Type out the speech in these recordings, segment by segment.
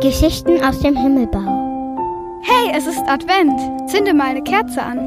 Geschichten aus dem Himmelbau. Hey, es ist Advent. Zünde mal eine Kerze an.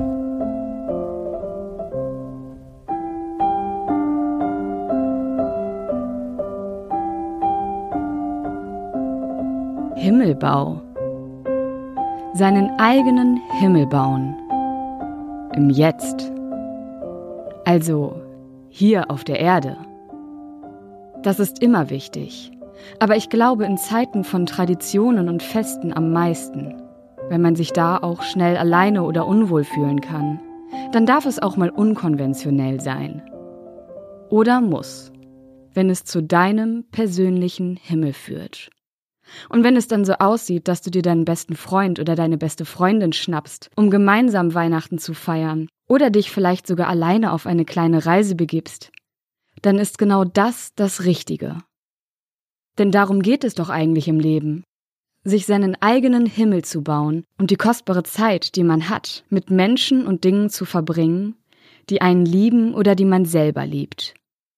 Himmelbau. Seinen eigenen Himmel bauen. Im Jetzt. Also hier auf der Erde. Das ist immer wichtig. Aber ich glaube in Zeiten von Traditionen und Festen am meisten. Weil man sich da auch schnell alleine oder unwohl fühlen kann. Dann darf es auch mal unkonventionell sein. Oder muss, wenn es zu deinem persönlichen Himmel führt. Und wenn es dann so aussieht, dass du dir deinen besten Freund oder deine beste Freundin schnappst, um gemeinsam Weihnachten zu feiern oder dich vielleicht sogar alleine auf eine kleine Reise begibst, dann ist genau das das Richtige. Denn darum geht es doch eigentlich im Leben, sich seinen eigenen Himmel zu bauen und die kostbare Zeit, die man hat, mit Menschen und Dingen zu verbringen, die einen lieben oder die man selber liebt.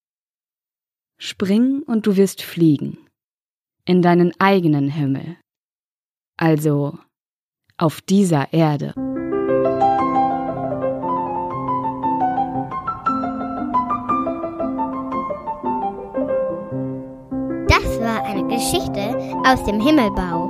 Spring und du wirst fliegen. In deinen eigenen Himmel. Also auf dieser Erde. Das war eine Geschichte aus dem Himmelbau.